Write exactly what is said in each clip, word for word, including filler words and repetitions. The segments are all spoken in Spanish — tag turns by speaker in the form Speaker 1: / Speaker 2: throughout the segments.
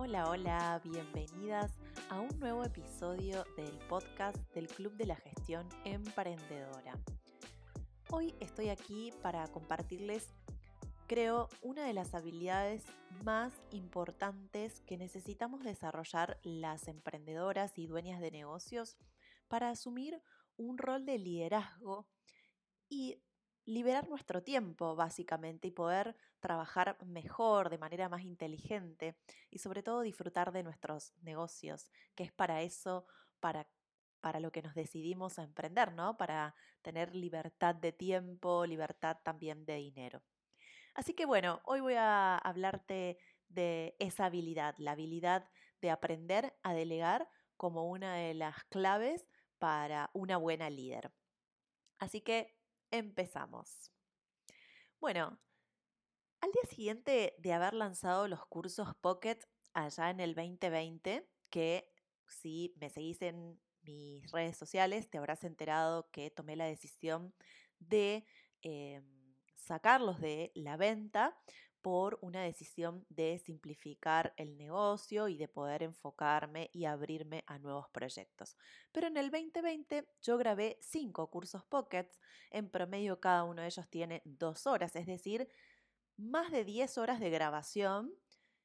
Speaker 1: Hola, hola, bienvenidas a un nuevo episodio del podcast del Club de la Gestión Emprendedora. Hoy estoy aquí para compartirles, creo, una de las habilidades más importantes que necesitamos desarrollar las emprendedoras y dueñas de negocios para asumir un rol de liderazgo y liberar nuestro tiempo, básicamente, y poder trabajar mejor, de manera más inteligente y sobre todo disfrutar de nuestros negocios, que es para eso, para, para lo que nos decidimos a emprender, ¿no? Para tener libertad de tiempo, libertad también de dinero. Así que bueno, hoy voy a hablarte de esa habilidad, la habilidad de aprender a delegar como una de las claves para una buena líder. Así que empezamos. Bueno, al día siguiente de haber lanzado los cursos Pocket allá en el veinte veinte, que si me seguís en mis redes sociales te habrás enterado que tomé la decisión de eh, sacarlos de la venta por una decisión de simplificar el negocio y de poder enfocarme y abrirme a nuevos proyectos. Pero en el veinte veinte yo grabé cinco cursos Pockets, en promedio cada uno de ellos tiene dos horas, es decir, más de diez horas de grabación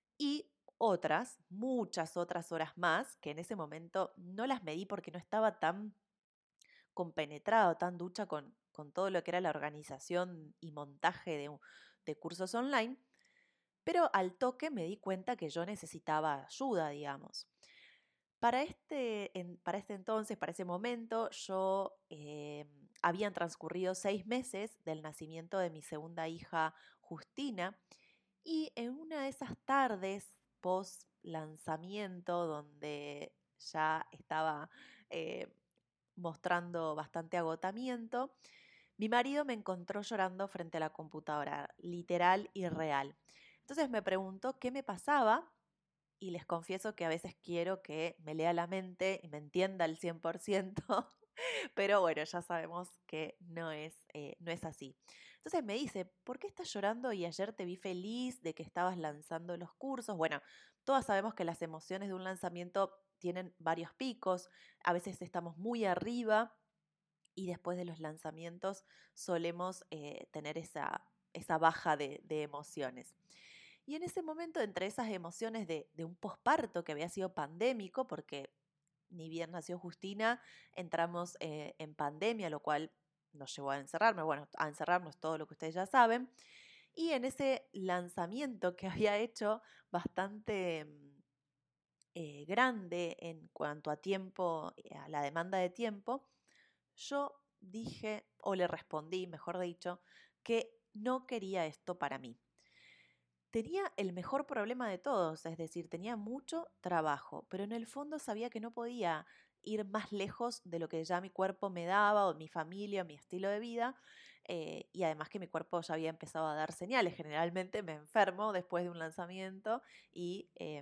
Speaker 1: y otras, muchas otras horas más, que en ese momento no las medí porque no estaba tan compenetrado, tan ducha con, con todo lo que era la organización y montaje de, de cursos online, pero al toque me di cuenta que yo necesitaba ayuda, digamos. Para este, en, para este entonces, para ese momento, yo eh, habían transcurrido seis meses del nacimiento de mi segunda hija, Justina, y en una de esas tardes post lanzamiento, donde ya estaba eh, mostrando bastante agotamiento, mi marido me encontró llorando frente a la computadora, literal y real. Entonces me preguntó qué me pasaba y les confieso que a veces quiero que me lea la mente y me entienda al cien por ciento, pero bueno, ya sabemos que no es, eh, no es así. Entonces me dice, ¿por qué estás llorando y ayer te vi feliz de que estabas lanzando los cursos? Bueno, todas sabemos que las emociones de un lanzamiento tienen varios picos, a veces estamos muy arriba y después de los lanzamientos solemos eh, tener esa, esa baja de, de emociones. Y en ese momento, entre esas emociones de, de un posparto que había sido pandémico, porque ni bien nació Justina, entramos eh, en pandemia, lo cual nos llevó a encerrarme, bueno, a encerrarnos todo lo que ustedes ya saben. Y en ese lanzamiento que había hecho bastante eh, grande en cuanto a tiempo, a la demanda de tiempo, yo dije, o le respondí, mejor dicho, que no quería esto para mí. Tenía el mejor problema de todos, es decir, tenía mucho trabajo, pero en el fondo sabía que no podía ir más lejos de lo que ya mi cuerpo me daba, o mi familia, o mi estilo de vida, eh, y además que mi cuerpo ya había empezado a dar señales. Generalmente me enfermo después de un lanzamiento y, eh,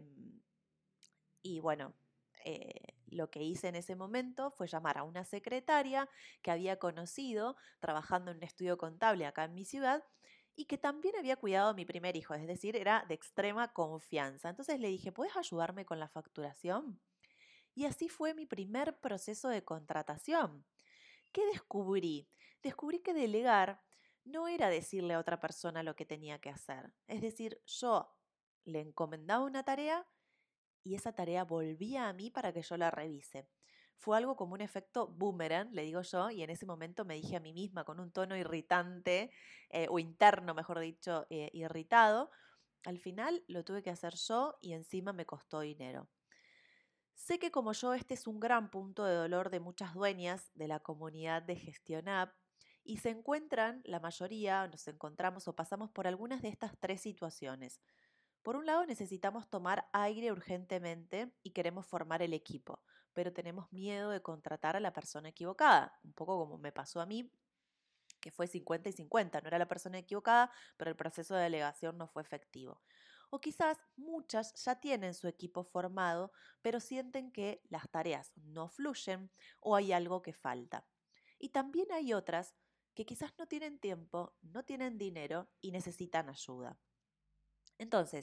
Speaker 1: y bueno, eh, lo que hice en ese momento fue llamar a una secretaria que había conocido trabajando en un estudio contable acá en mi ciudad y que también había cuidado a mi primer hijo, es decir, era de extrema confianza. Entonces le dije, ¿puedes ayudarme con la facturación? Y así fue mi primer proceso de contratación. ¿Qué descubrí? Descubrí que delegar no era decirle a otra persona lo que tenía que hacer. Es decir, yo le encomendaba una tarea y esa tarea volvía a mí para que yo la revise. Fue algo como un efecto boomerang, le digo yo, y en ese momento me dije a mí misma con un tono irritante, eh, o interno, mejor dicho, eh, irritado. Al final lo tuve que hacer yo y encima me costó dinero. Sé que como yo este es un gran punto de dolor de muchas dueñas de la comunidad de Gestión App y se encuentran, la mayoría, nos encontramos o pasamos por algunas de estas tres situaciones. Por un lado, necesitamos tomar aire urgentemente y queremos formar el equipo, pero tenemos miedo de contratar a la persona equivocada, un poco como me pasó a mí, que fue cincuenta y cincuenta, no era la persona equivocada, pero el proceso de delegación no fue efectivo. O quizás muchas ya tienen su equipo formado, pero sienten que las tareas no fluyen o hay algo que falta. Y también hay otras que quizás no tienen tiempo, no tienen dinero y necesitan ayuda. Entonces,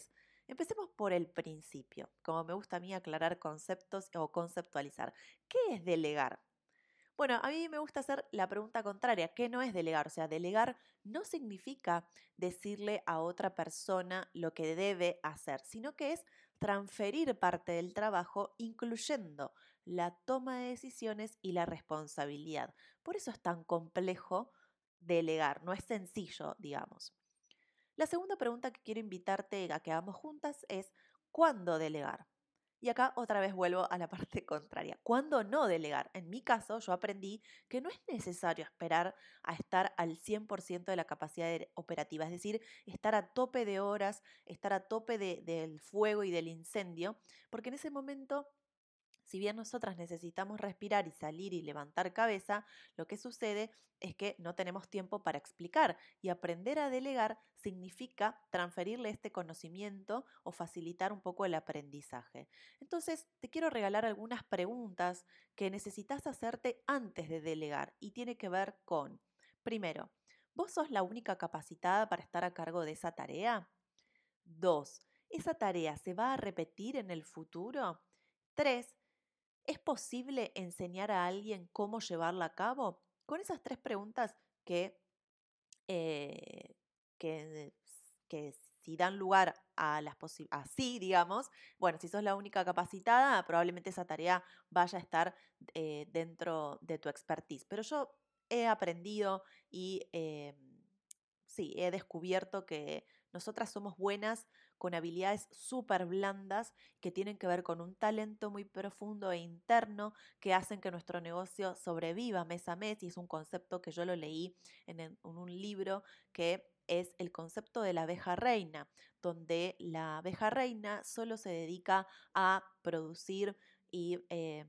Speaker 1: Empecemos por el principio, como me gusta a mí aclarar conceptos o conceptualizar. ¿Qué es delegar? Bueno, a mí me gusta hacer la pregunta contraria, ¿qué no es delegar? O sea, delegar no significa decirle a otra persona lo que debe hacer, sino que es transferir parte del trabajo, incluyendo la toma de decisiones y la responsabilidad. Por eso es tan complejo delegar, no es sencillo, digamos. La segunda pregunta que quiero invitarte a que hagamos juntas es, ¿cuándo delegar? Y acá otra vez vuelvo a la parte contraria. ¿Cuándo no delegar? En mi caso, yo aprendí que no es necesario esperar a estar al cien por ciento de la capacidad de- operativa, es decir, estar a tope de horas, estar a tope de- del fuego y del incendio, porque en ese momento, si bien nosotras necesitamos respirar y salir y levantar cabeza, lo que sucede es que no tenemos tiempo para explicar y aprender a delegar significa transferirle este conocimiento o facilitar un poco el aprendizaje. Entonces, te quiero regalar algunas preguntas que necesitas hacerte antes de delegar y tiene que ver con, primero, ¿vos sos la única capacitada para estar a cargo de esa tarea? Dos, ¿esa tarea se va a repetir en el futuro? Tres, ¿es posible enseñar a alguien cómo llevarla a cabo? Con esas tres preguntas que, eh, que, que si dan lugar a las posibilidades, así, digamos, bueno, si sos la única capacitada, probablemente esa tarea vaya a estar eh, dentro de tu expertise. Pero yo he aprendido y eh, sí, he descubierto que nosotras somos buenas con habilidades súper blandas que tienen que ver con un talento muy profundo e interno que hacen que nuestro negocio sobreviva mes a mes y es un concepto que yo lo leí en, el- en un libro que es el concepto de la abeja reina, donde la abeja reina solo se dedica a producir y em,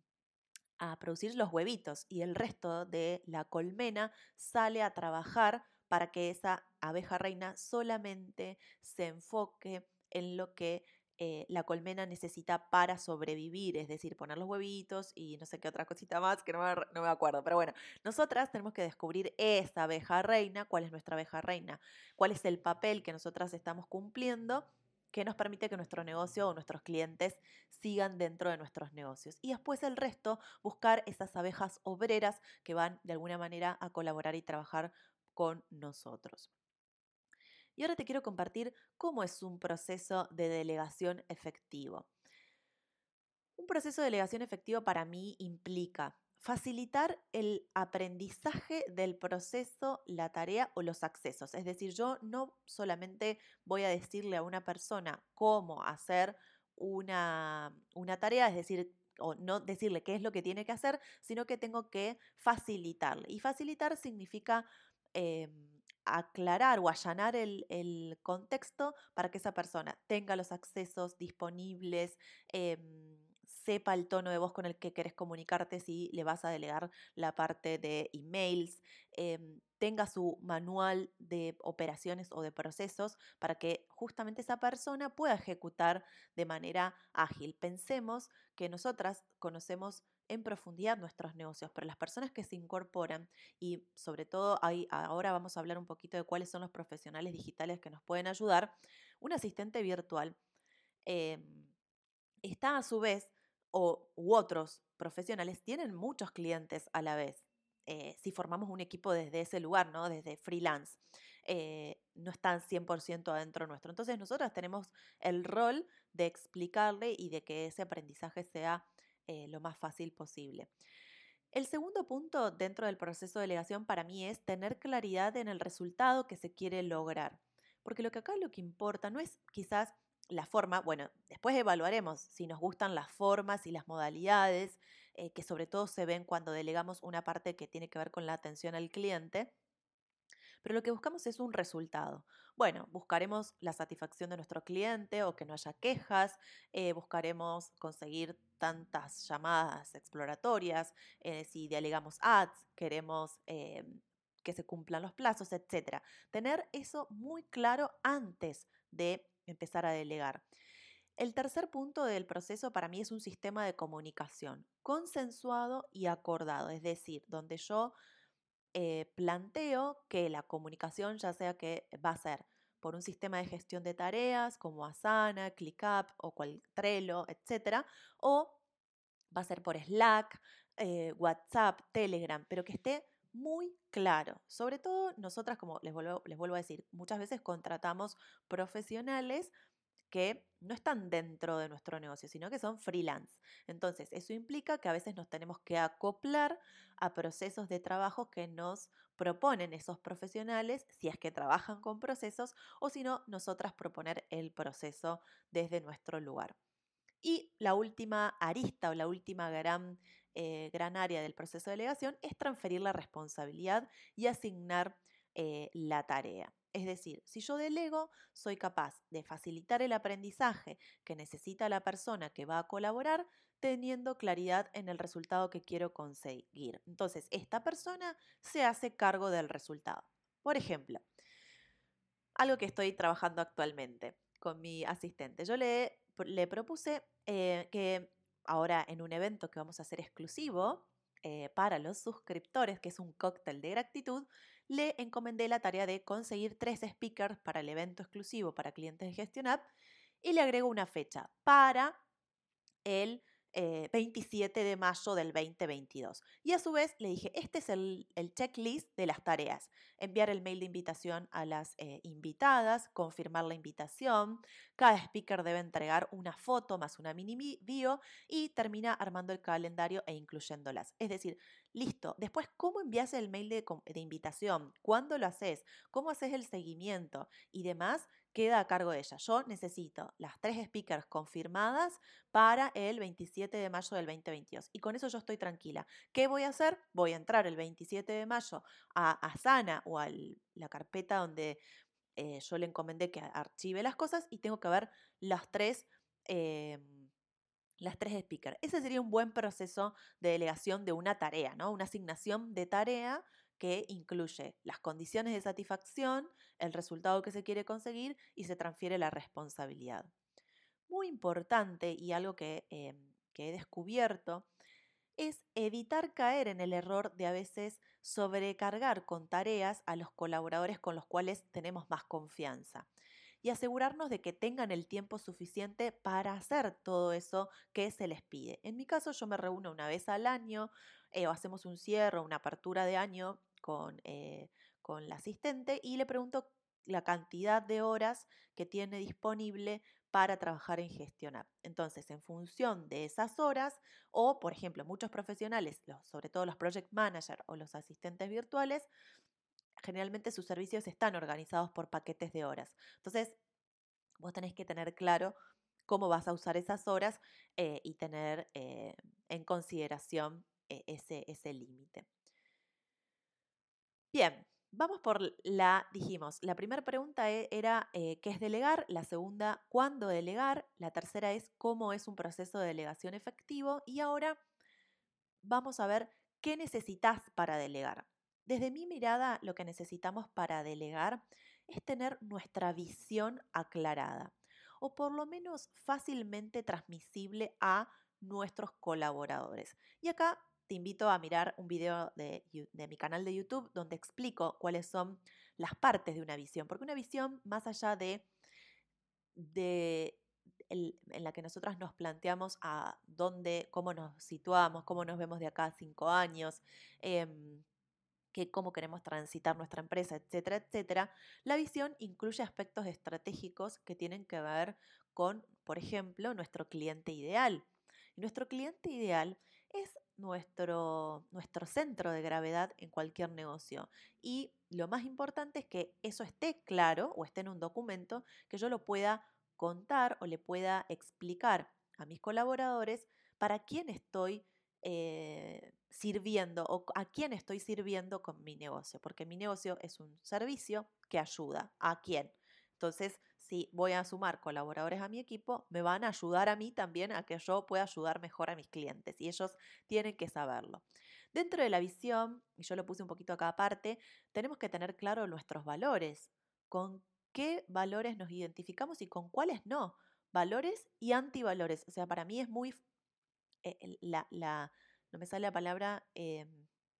Speaker 1: a producir los huevitos y el resto de la colmena sale a trabajar para que esa abeja reina solamente se enfoque en lo que eh, la colmena necesita para sobrevivir, es decir, poner los huevitos y no sé qué otra cosita más que no me, no me acuerdo. Pero bueno, nosotras tenemos que descubrir esa abeja reina, cuál es nuestra abeja reina, cuál es el papel que nosotras estamos cumpliendo que nos permite que nuestro negocio o nuestros clientes sigan dentro de nuestros negocios. Y después el resto, buscar esas abejas obreras que van de alguna manera a colaborar y trabajar con nosotros. Y ahora te quiero compartir cómo es un proceso de delegación efectivo. Un proceso de delegación efectivo para mí implica facilitar el aprendizaje del proceso, la tarea o los accesos. Es decir, yo no solamente voy a decirle a una persona cómo hacer una, una tarea, es decir, o no decirle qué es lo que tiene que hacer, sino que tengo que facilitarle. Y facilitar significa eh, aclarar o allanar el, el contexto para que esa persona tenga los accesos disponibles, em, sepa el tono de voz con el que querés comunicarte si le vas a delegar la parte de emails, em, tenga su manual de operaciones o de procesos para que justamente esa persona pueda ejecutar de manera ágil. Pensemos que nosotras conocemos en profundidad nuestros negocios, pero las personas que se incorporan y sobre todo hay, ahora vamos a hablar un poquito de cuáles son los profesionales digitales que nos pueden ayudar, un asistente virtual eh, está a su vez, o, u otros profesionales tienen muchos clientes a la vez. Eh, si formamos un equipo desde ese lugar, ¿no? Desde freelance, eh, no están cien por ciento adentro nuestro. Entonces nosotros tenemos el rol de explicarle y de que ese aprendizaje sea eh, lo más fácil posible. El segundo punto dentro del proceso de delegación para mí es tener claridad en el resultado que se quiere lograr. Porque lo que acá lo que importa no es quizás la forma, bueno, después evaluaremos si nos gustan las formas y las modalidades, eh, que sobre todo se ven cuando delegamos una parte que tiene que ver con la atención al cliente, pero lo que buscamos es un resultado. Bueno, buscaremos la satisfacción de nuestro cliente o que no haya quejas, eh, buscaremos conseguir tantas llamadas exploratorias, eh, si delegamos ads, queremos eh, que se cumplan los plazos, etcétera. Tener eso muy claro antes de empezar a delegar. El tercer punto del proceso para mí es un sistema de comunicación consensuado y acordado, es decir, donde yo eh, planteo que la comunicación, ya sea que va a ser por un sistema de gestión de tareas como Asana, ClickUp o cual, Trello, etcétera, o va a ser por Slack, eh, WhatsApp, Telegram, pero que esté muy claro. Sobre todo nosotras, como les vuelvo, les vuelvo a decir, muchas veces contratamos profesionales que no están dentro de nuestro negocio, sino que son freelance. Entonces, eso implica que a veces nos tenemos que acoplar a procesos de trabajo que nos proponen esos profesionales, si es que trabajan con procesos, o si no, nosotras proponer el proceso desde nuestro lugar. Y la última arista o la última gran, eh, gran área del proceso de delegación es transferir la responsabilidad y asignar eh, la tarea. Es decir, si yo delego, soy capaz de facilitar el aprendizaje que necesita la persona que va a colaborar, teniendo claridad en el resultado que quiero conseguir. Entonces, esta persona se hace cargo del resultado. Por ejemplo, algo que estoy trabajando actualmente con mi asistente. Yo le, le propuse eh, que ahora en un evento que vamos a hacer exclusivo eh, para los suscriptores, que es un cóctel de gratitud, le encomendé la tarea de conseguir tres speakers para el evento exclusivo para clientes de Gestion App y le agrego una fecha para el eh, veintisiete de mayo del veinte veintidós. Y a su vez le dije, este es el, el checklist de las tareas. Enviar el mail de invitación a las eh, invitadas, confirmar la invitación, cada speaker debe entregar una foto más una mini bio y termina armando el calendario e incluyéndolas. Es decir, listo. Después, ¿cómo envías el mail de, de invitación? ¿Cuándo lo haces? ¿Cómo haces el seguimiento? Y demás queda a cargo de ella. Yo necesito las tres speakers confirmadas para el veintisiete de mayo del veinte veintidós. Y con eso yo estoy tranquila. ¿Qué voy a hacer? Voy a entrar el veintisiete de mayo a Asana o a la carpeta donde eh, yo le encomendé que archive las cosas y tengo que ver las tres, eh, las tres speakers. Ese sería un buen proceso de delegación de una tarea, ¿no? Una asignación de tarea que incluye las condiciones de satisfacción, el resultado que se quiere conseguir y se transfiere la responsabilidad. Muy importante y algo que, eh, que he descubierto es evitar caer en el error de a veces sobrecargar con tareas a los colaboradores con los cuales tenemos más confianza y asegurarnos de que tengan el tiempo suficiente para hacer todo eso que se les pide. En mi caso, yo me reúno una vez al año eh, o hacemos un cierre o una apertura de año con, eh, con la asistente y le pregunto la cantidad de horas que tiene disponible para trabajar en Gestion App. Entonces, en función de esas horas, o por ejemplo, muchos profesionales, los, sobre todo los project managers o los asistentes virtuales, generalmente sus servicios están organizados por paquetes de horas. Entonces, vos tenés que tener claro cómo vas a usar esas horas eh, y tener eh, en consideración eh, ese, ese límite. Bien, vamos por la, dijimos, la primera pregunta era eh, ¿qué es delegar? La segunda, ¿cuándo delegar? La tercera es ¿cómo es un proceso de delegación efectivo? Y ahora vamos a ver qué necesitas para delegar. Desde mi mirada, lo que necesitamos para delegar es tener nuestra visión aclarada o por lo menos fácilmente transmisible a nuestros colaboradores. Y acá te invito a mirar un video de, de mi canal de YouTube donde explico cuáles son las partes de una visión, porque una visión, más allá de, de el, en la que nosotras nos planteamos a dónde, cómo nos situamos, cómo nos vemos de acá a cinco años, eh, que cómo queremos transitar nuestra empresa, etcétera, etcétera, la visión incluye aspectos estratégicos que tienen que ver con, por ejemplo, nuestro cliente ideal. Y nuestro cliente ideal es nuestro, nuestro centro de gravedad en cualquier negocio. Y lo más importante es que eso esté claro o esté en un documento que yo lo pueda contar o le pueda explicar a mis colaboradores para quién estoy eh, sirviendo o a quién estoy sirviendo con mi negocio, porque mi negocio es un servicio que ayuda a quién. Entonces, si voy a sumar colaboradores a mi equipo, me van a ayudar a mí también a que yo pueda ayudar mejor a mis clientes y ellos tienen que saberlo. Dentro de la visión, y yo lo puse un poquito acá aparte, tenemos que tener claro nuestros valores, con qué valores nos identificamos y con cuáles no, valores y antivalores. O sea, para mí es muy, eh, la, la, no me sale la palabra, eh,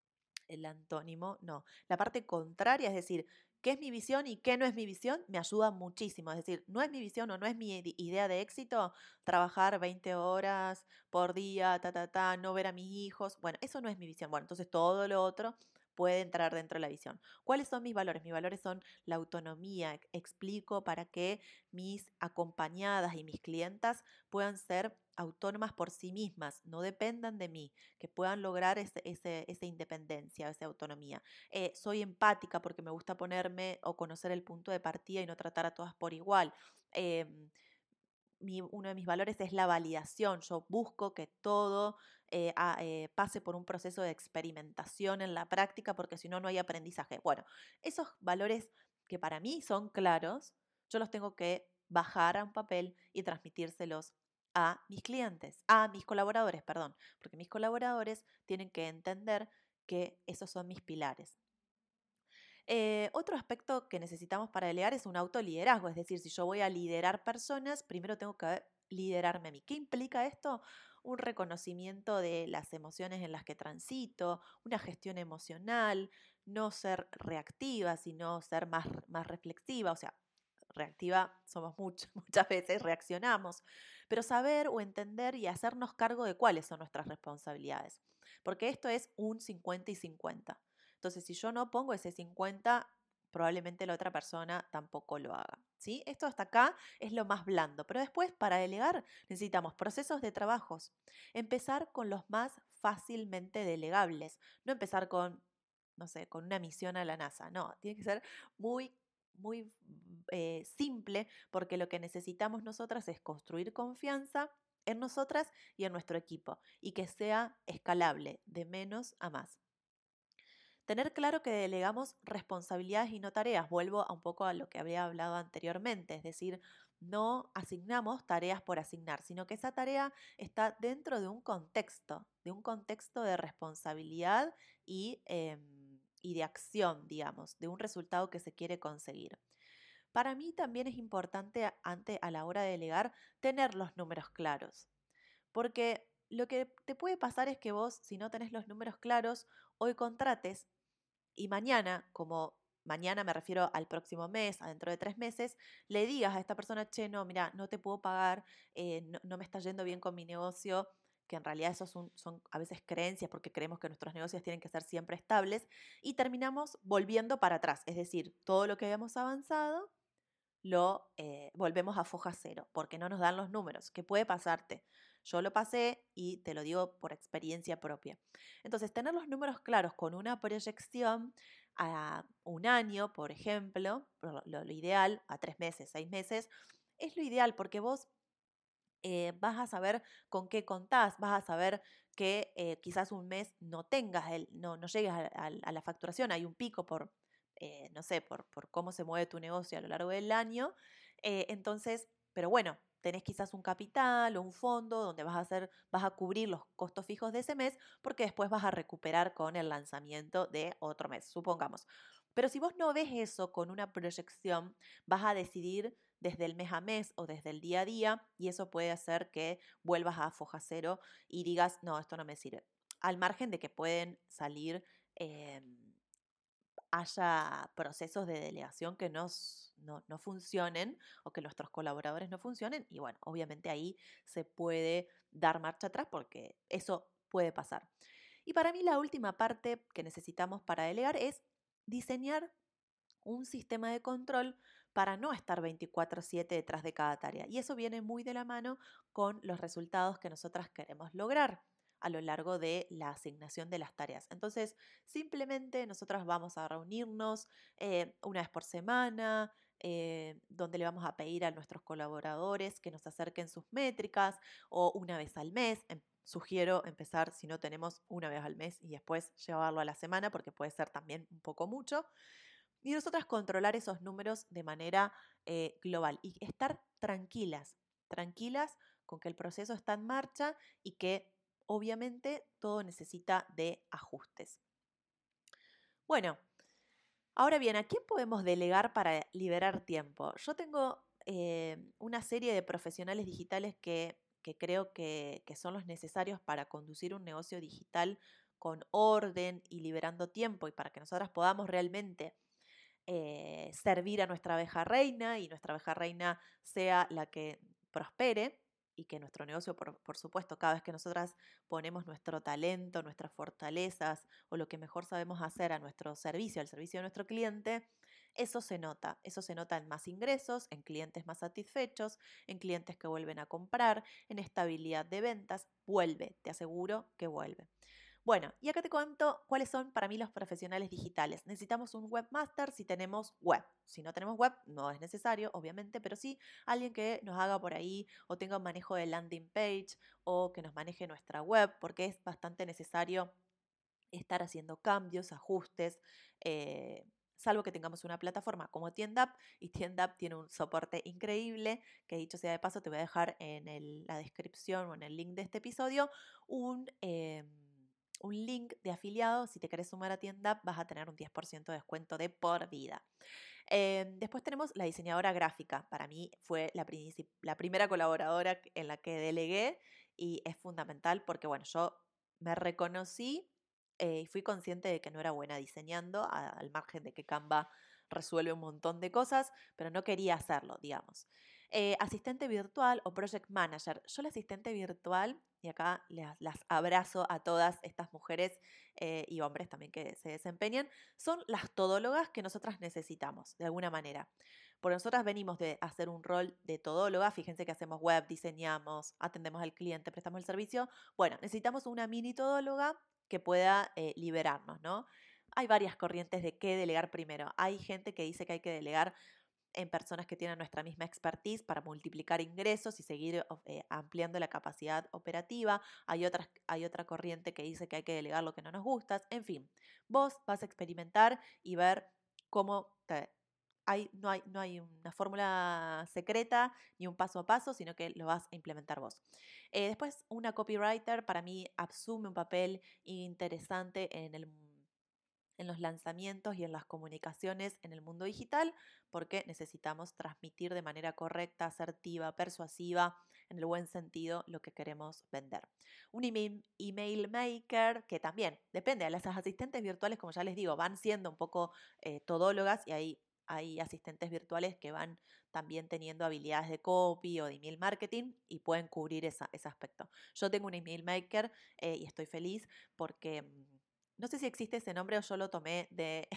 Speaker 1: el antónimo, no. La parte contraria, es decir, qué es mi visión y qué no es mi visión, me ayuda muchísimo. Es decir, no es mi visión o no es mi idea de éxito trabajar veinte horas por día, ta, ta, ta, no ver a mis hijos. Bueno, eso no es mi visión. Bueno, entonces todo lo otro puede entrar dentro de la visión. ¿Cuáles son mis valores? Mis valores son la autonomía. Explico para que mis acompañadas y mis clientas puedan ser autónomas por sí mismas, no dependan de mí, que puedan lograr ese, ese, esa independencia, esa autonomía. Eh, soy empática porque me gusta ponerme o conocer el punto de partida y no tratar a todas por igual. Eh, mi, uno de mis valores es la validación. Yo busco que todo eh, a, eh, pase por un proceso de experimentación en la práctica porque si no, no hay aprendizaje. Bueno, esos valores que para mí son claros, yo los tengo que bajar a un papel y transmitírselos a mis clientes, a mis colaboradores, perdón, porque mis colaboradores tienen que entender que esos son mis pilares. Eh, otro aspecto que necesitamos para delegar es un autoliderazgo, es decir, si yo voy a liderar personas, primero tengo que liderarme a mí. ¿Qué implica esto? Un reconocimiento de las emociones en las que transito, una gestión emocional, no ser reactiva, sino ser más, más reflexiva, o sea, reactiva somos mucho, muchas veces, reaccionamos, pero saber o entender y hacernos cargo de cuáles son nuestras responsabilidades, porque esto es un cincuenta y cincuenta. Entonces, si yo no pongo ese cincuenta, probablemente la otra persona tampoco lo haga, ¿sí? Esto hasta acá es lo más blando, pero después para delegar necesitamos procesos de trabajos. Empezar con los más fácilmente delegables, no empezar con, no sé, con una misión a la NASA, no, tiene que ser muy muy eh, simple, porque lo que necesitamos nosotras es construir confianza en nosotras y en nuestro equipo, y que sea escalable, de menos a más. Tener claro que delegamos responsabilidades y no tareas. Vuelvo a un poco a lo que había hablado anteriormente, es decir, no asignamos tareas por asignar, sino que esa tarea está dentro de un contexto, de un contexto de responsabilidad y, eh, y de acción, digamos, de un resultado que se quiere conseguir. Para mí también es importante ante, a la hora de delegar tener los números claros, porque lo que te puede pasar es que vos, si no tenés los números claros, hoy contrates y mañana, como mañana me refiero al próximo mes, a dentro de tres meses, le digas a esta persona, che, no, mira, no te puedo pagar, eh, no, no me está yendo bien con mi negocio, que en realidad eso son, son a veces creencias porque creemos que nuestros negocios tienen que ser siempre estables y terminamos volviendo para atrás, es decir, todo lo que habíamos avanzado lo eh, volvemos a foja cero porque no nos dan los números. ¿Qué puede pasarte? Yo lo pasé y te lo digo por experiencia propia. Entonces, tener los números claros con una proyección a un año, por ejemplo, lo, lo, lo ideal, a tres meses, seis meses, es lo ideal porque vos eh, vas a saber con qué contás, vas a saber que eh, quizás un mes no tengas, el, no, no llegues a, a, a la facturación, hay un pico por, eh, no sé, por, por cómo se mueve tu negocio a lo largo del año. Eh, entonces, pero bueno, tenés quizás un capital o un fondo donde vas a hacer, vas a cubrir los costos fijos de ese mes, porque después vas a recuperar con el lanzamiento de otro mes, supongamos. Pero si vos no ves eso con una proyección, vas a decidir desde el mes a mes o desde el día a día y eso puede hacer que vuelvas a foja cero y digas, no, esto no me sirve. Al margen de que pueden salir, eh, haya procesos de delegación que no, no, no funcionen o que nuestros colaboradores no funcionen y bueno, obviamente ahí se puede dar marcha atrás porque eso puede pasar. Y para mí la última parte que necesitamos para delegar es diseñar un sistema de control para no estar veinticuatro siete detrás de cada tarea. Y eso viene muy de la mano con los resultados que nosotras queremos lograr a lo largo de la asignación de las tareas. Entonces, simplemente nosotras vamos a reunirnos eh, una vez por semana, eh, donde le vamos a pedir a nuestros colaboradores que nos acerquen sus métricas o una vez al mes. Em, Sugiero empezar, si no tenemos, una vez al mes y después llevarlo a la semana porque puede ser también un poco mucho. Y nosotras controlar esos números de manera eh, global y estar tranquilas, tranquilas con que el proceso está en marcha y que obviamente todo necesita de ajustes. Bueno, ahora bien, ¿a quién podemos delegar para liberar tiempo? Yo tengo eh, una serie de profesionales digitales que, que creo que, que son los necesarios para conducir un negocio digital con orden y liberando tiempo y para que nosotras podamos realmente eh, servir a nuestra abeja reina y nuestra abeja reina sea la que prospere y que nuestro negocio, por, por supuesto, cada vez que nosotras ponemos nuestro talento, nuestras fortalezas o lo que mejor sabemos hacer a nuestro servicio, al servicio de nuestro cliente, eso se nota. Eso se nota en más ingresos, en clientes más satisfechos, en clientes que vuelven a comprar, en estabilidad de ventas. Vuelve, te aseguro que vuelve. Bueno, y acá te cuento cuáles son para mí los profesionales digitales. Necesitamos un webmaster si tenemos web. Si no tenemos web, no es necesario, obviamente, pero sí alguien que nos haga por ahí o tenga un manejo de landing page o que nos maneje nuestra web, porque es bastante necesario estar haciendo cambios, ajustes, eh, salvo que tengamos una plataforma como TiendUp, y TiendUp tiene un soporte increíble, que dicho sea de paso te voy a dejar en el, la descripción o en el link de este episodio un... Eh, un link de afiliado. Si te querés sumar a TiendUp vas a tener un diez por ciento de descuento de por vida. Eh, después tenemos la diseñadora gráfica. Para mí fue la, la primera colaboradora en la que delegué y es fundamental porque, bueno, yo me reconocí eh, y fui consciente de que no era buena diseñando, a, al margen de que Canva resuelve un montón de cosas, pero no quería hacerlo, digamos. Eh, asistente virtual o project manager. Yo la asistente virtual, y acá las, las abrazo a todas estas mujeres eh, y hombres también que se desempeñan, son las todólogas que nosotras necesitamos, de alguna manera. Porque nosotras venimos de hacer un rol de todóloga, fíjense que hacemos web, diseñamos, atendemos al cliente, prestamos el servicio. Bueno, necesitamos una mini todóloga que pueda eh, liberarnos, ¿no? Hay varias corrientes de qué delegar primero. Hay gente que dice que hay que delegar en personas que tienen nuestra misma expertise para multiplicar ingresos y seguir eh, ampliando la capacidad operativa. Hay, otras, hay otra corriente que dice que hay que delegar lo que no nos gusta. En fin, vos vas a experimentar y ver cómo te... Hay, no, hay, no hay una fórmula secreta ni un paso a paso, sino que lo vas a implementar vos. Eh, después, una copywriter para mí asume un papel interesante en el en los lanzamientos y en las comunicaciones en el mundo digital, porque necesitamos transmitir de manera correcta, asertiva, persuasiva, en el buen sentido, lo que queremos vender. Un email, email maker, que también depende, las asistentes virtuales, como ya les digo, van siendo un poco eh, todólogas y hay, hay asistentes virtuales que van también teniendo habilidades de copy o de email marketing y pueden cubrir esa, ese aspecto. Yo tengo un email maker eh, y estoy feliz porque... No sé si existe ese nombre o yo lo tomé de,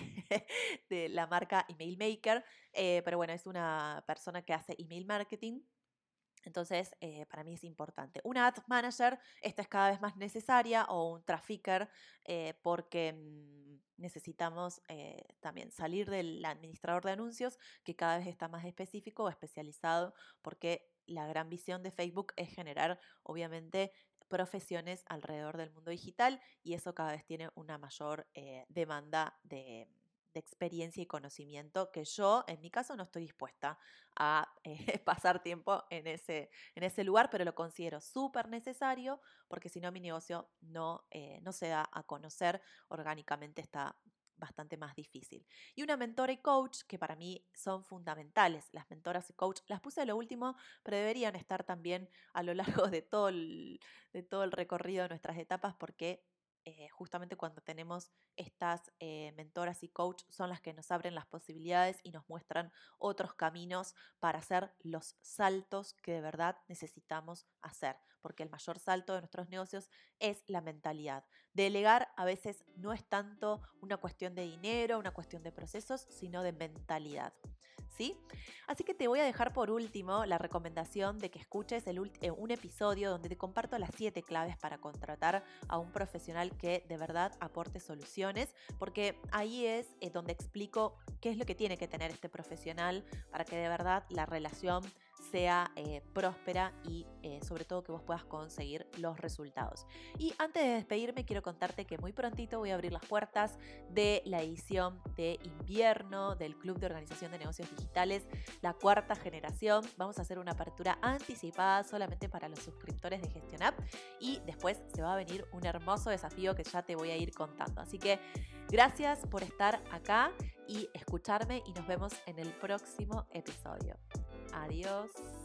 Speaker 1: de la marca Email Maker, eh, pero bueno, es una persona que hace email marketing. Entonces, eh, para mí es importante. Una ad manager, esta es cada vez más necesaria, o un trafficker, eh, porque mmm, necesitamos eh, también salir del administrador de anuncios, que cada vez está más específico o especializado, porque la gran visión de Facebook es generar, obviamente, profesiones alrededor del mundo digital y eso cada vez tiene una mayor eh, demanda de, de experiencia y conocimiento que yo, en mi caso, no estoy dispuesta a eh, pasar tiempo en ese, en ese lugar, pero lo considero súper necesario porque si no mi negocio no, eh, no se da a conocer orgánicamente, está bastante más difícil. Y una mentora y coach que para mí son fundamentales. Las mentoras y coach las puse a lo último, pero deberían estar también a lo largo de todo el, de todo el recorrido de nuestras etapas porque eh, justamente cuando tenemos estas eh, mentoras y coach son las que nos abren las posibilidades y nos muestran otros caminos para hacer los saltos que de verdad necesitamos hacer, porque el mayor salto de nuestros negocios es la mentalidad. Delegar a veces no es tanto una cuestión de dinero, una cuestión de procesos, sino de mentalidad. ¿Sí? Así que te voy a dejar por último la recomendación de que escuches el ulti- un episodio donde te comparto las siete claves para contratar a un profesional que de verdad aporte soluciones, porque ahí es eh, donde explico qué es lo que tiene que tener este profesional para que de verdad la relación sea eh, próspera y eh, sobre todo que vos puedas conseguir los resultados. Y antes de despedirme quiero contarte que muy prontito voy a abrir las puertas de la edición de invierno del Club de Organización de Negocios Digitales, la cuarta generación. Vamos a hacer una apertura anticipada solamente para los suscriptores de GestionUp y después se va a venir un hermoso desafío que ya te voy a ir contando. Así que gracias por estar acá y escucharme y nos vemos en el próximo episodio. Adiós.